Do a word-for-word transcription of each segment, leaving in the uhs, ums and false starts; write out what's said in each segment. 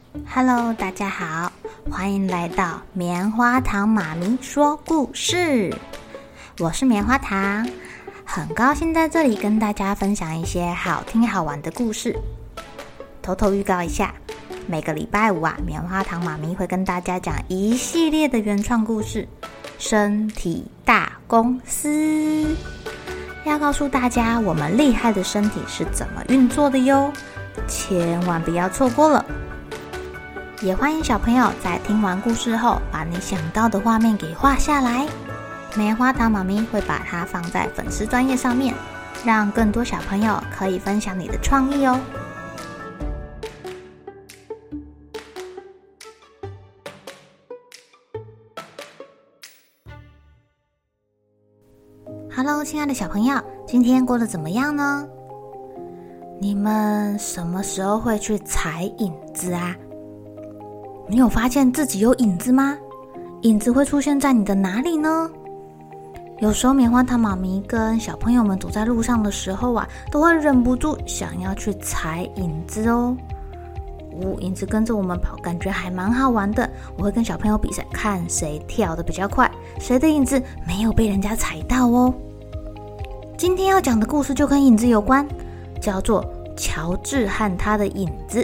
Hello， 大家好，欢迎来到棉花糖妈咪说故事。我是棉花糖，很高兴在这里跟大家分享一些好听好玩的故事。偷偷预告一下，每个礼拜五啊，棉花糖妈咪会跟大家讲一系列的原创故事。身体大公司要告诉大家我们厉害的身体是怎么运作的哟，千万不要错过了。也欢迎小朋友在听完故事后，把你想到的画面给画下来。棉花糖妈咪会把它放在粉丝专页上面，让更多小朋友可以分享你的创意哦。Hello， 亲爱的小朋友，今天过得怎么样呢？你们什么时候会去踩影子啊？你有发现自己有影子吗？影子会出现在你的哪里呢？有时候棉花糖妈咪跟小朋友们走在路上的时候啊，都会忍不住想要去踩影子哦。哦，影子跟着我们跑，感觉还蛮好玩的。我会跟小朋友比赛，看谁跳得比较快，谁的影子没有被人家踩到哦。今天要讲的故事就跟影子有关，叫做乔治和他的影子。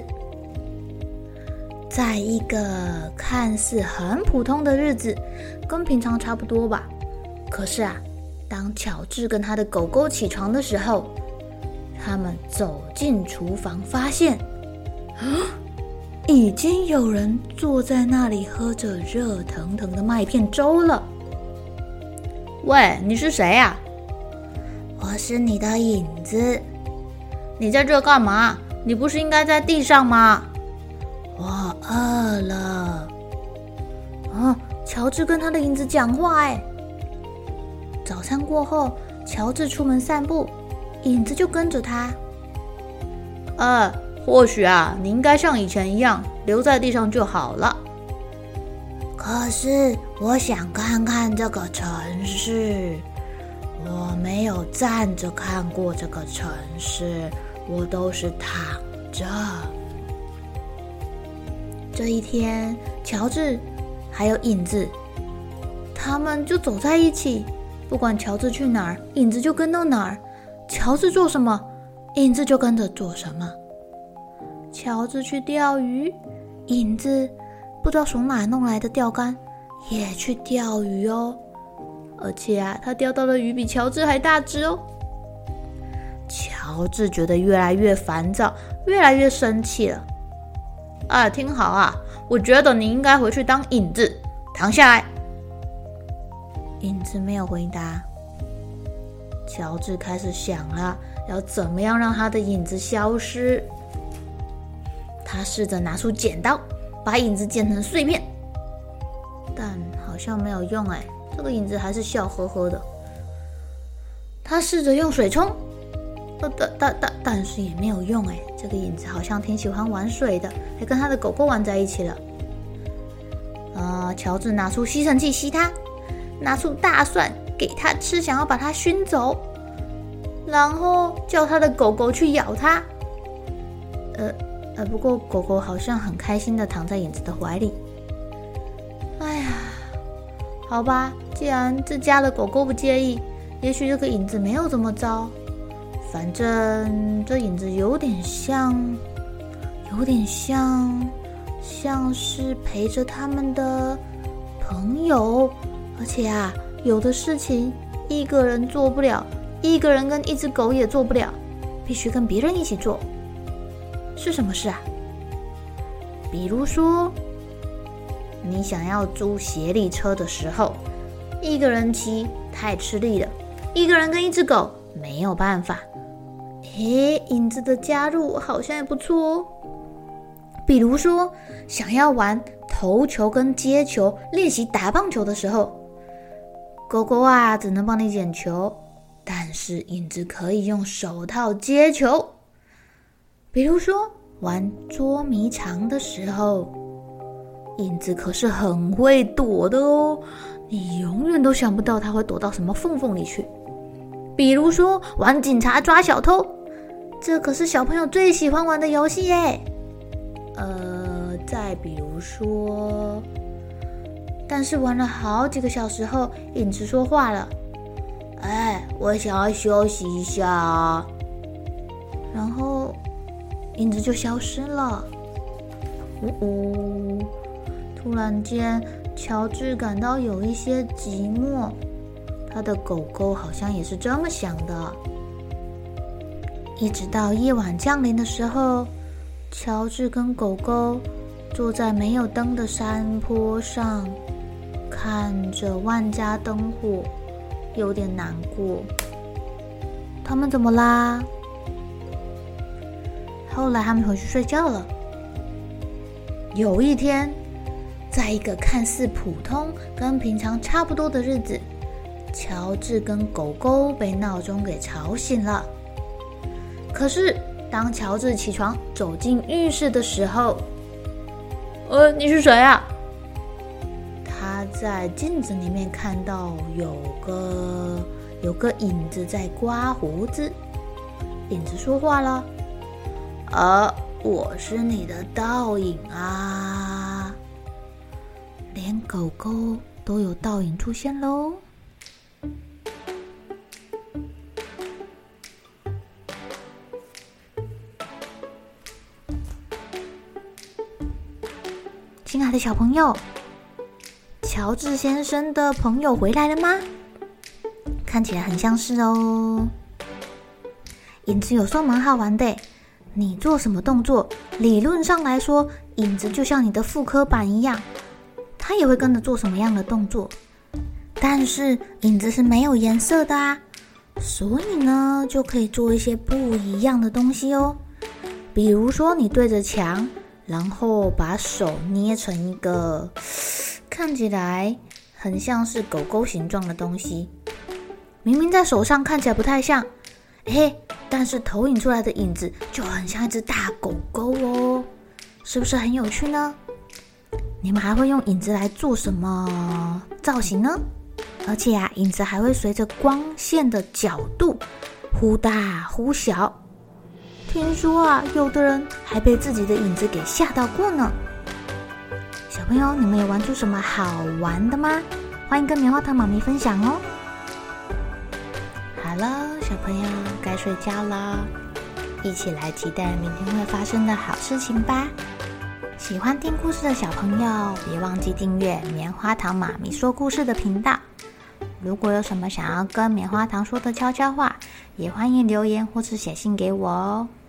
在一个看似很普通的日子，跟平常差不多吧。可是啊，当乔治跟他的狗狗起床的时候，他们走进厨房，发现已经有人坐在那里喝着热腾腾的麦片粥了。 喂，你是谁啊？ 我是你的影子。 你在这干嘛？你不是应该在地上吗？ 我饿了。哦，乔治跟他的影子讲话哎。早餐过后，乔治出门散步，影子就跟着他。 呃，或许啊，你应该像以前一样留在地上就好了。 可是我想看看这个城市。我没有站着看过这个城市，我都是躺着。这一天，乔治还有影子，他们就走在一起。不管乔治去哪儿，影子就跟到哪儿；乔治做什么，影子就跟着做什么。乔治去钓鱼，影子不知道从哪弄来的钓竿，也去钓鱼哦。而且啊，他钓到的鱼比乔治还大只哦。乔治觉得越来越烦躁，越来越生气了。 啊，听好啊，我觉得你应该回去当影子，躺下来。 影子没有回答。乔治开始想了，要怎么样让他的影子消失。他试着拿出剪刀，把影子剪成碎片，但好像没有用哎。这个影子还是笑呵呵的。他试着用水冲，但但但但是也没有用哎。这个影子好像挺喜欢玩水的，还跟他的狗狗玩在一起了。啊，乔治拿出吸尘器吸它，拿出大蒜给它吃，想要把它熏走，然后叫他的狗狗去咬它。呃呃，不过狗狗好像很开心的躺在影子的怀里。哎呀，好吧，既然这家的狗狗不介意，也许这个影子没有这么糟。反正这影子有点像，有点像，像是陪着他们的朋友。而且啊，有的事情一个人做不了，一个人跟一只狗也做不了，必须跟别人一起做。是什么事啊？比如说，你想要租协力车的时候，一个人骑太吃力了，一个人跟一只狗没有办法。诶，影子的加入好像也不错哦。比如说，想要玩投球跟接球，练习打棒球的时候，狗狗啊只能帮你捡球，但是影子可以用手套接球。比如说，玩捉迷藏的时候，影子可是很会躲的哦，你永远都想不到它会躲到什么缝缝里去。比如说玩警察抓小偷，这可是小朋友最喜欢玩的游戏耶。呃， 再比如说，但是玩了好几个小时后，影子说话了：“哎，我想要休息一下啊。”然后影子就消失了。呜呜，突然间，乔治感到有一些寂寞，他的狗狗好像也是这么想的。一直到夜晚降临的时候，乔治跟狗狗坐在没有灯的山坡上，看着万家灯火，有点难过。他们怎么啦？后来他们回去睡觉了。有一天，在一个看似普通跟平常差不多的日子，乔治跟狗狗被闹钟给吵醒了。可是当乔治起床走进浴室的时候，呃，你是谁啊？他在镜子里面看到有个有个影子在刮胡子。影子说话了：“呃，我是你的倒影啊。”连狗狗都有倒影出现咯。亲爱的小朋友，乔治先生的朋友回来了吗？看起来很像是哦。影子有时候蛮好玩的，你做什么动作，理论上来说，影子就像你的复刻版一样，它也会跟着做什么样的动作。但是影子是没有颜色的啊，所以呢，就可以做一些不一样的东西哦。比如说，你对着墙，然后把手捏成一个看起来很像是狗狗形状的东西，明明在手上看起来不太像，嘿，但是投影出来的影子就很像一只大狗狗哦，是不是很有趣呢？你们还会用影子来做什么造型呢？而且啊，影子还会随着光线的角度忽大忽小。听说啊，有的人还被自己的影子给吓到过呢。小朋友，你们有玩出什么好玩的吗？欢迎跟棉花糖妈咪分享哦。好了，小朋友该睡觉了，一起来期待明天会发生的好事情吧。喜欢听故事的小朋友，别忘记订阅棉花糖妈咪说故事的频道。如果有什么想要跟棉花糖说的悄悄话，也欢迎留言或是写信给我哦。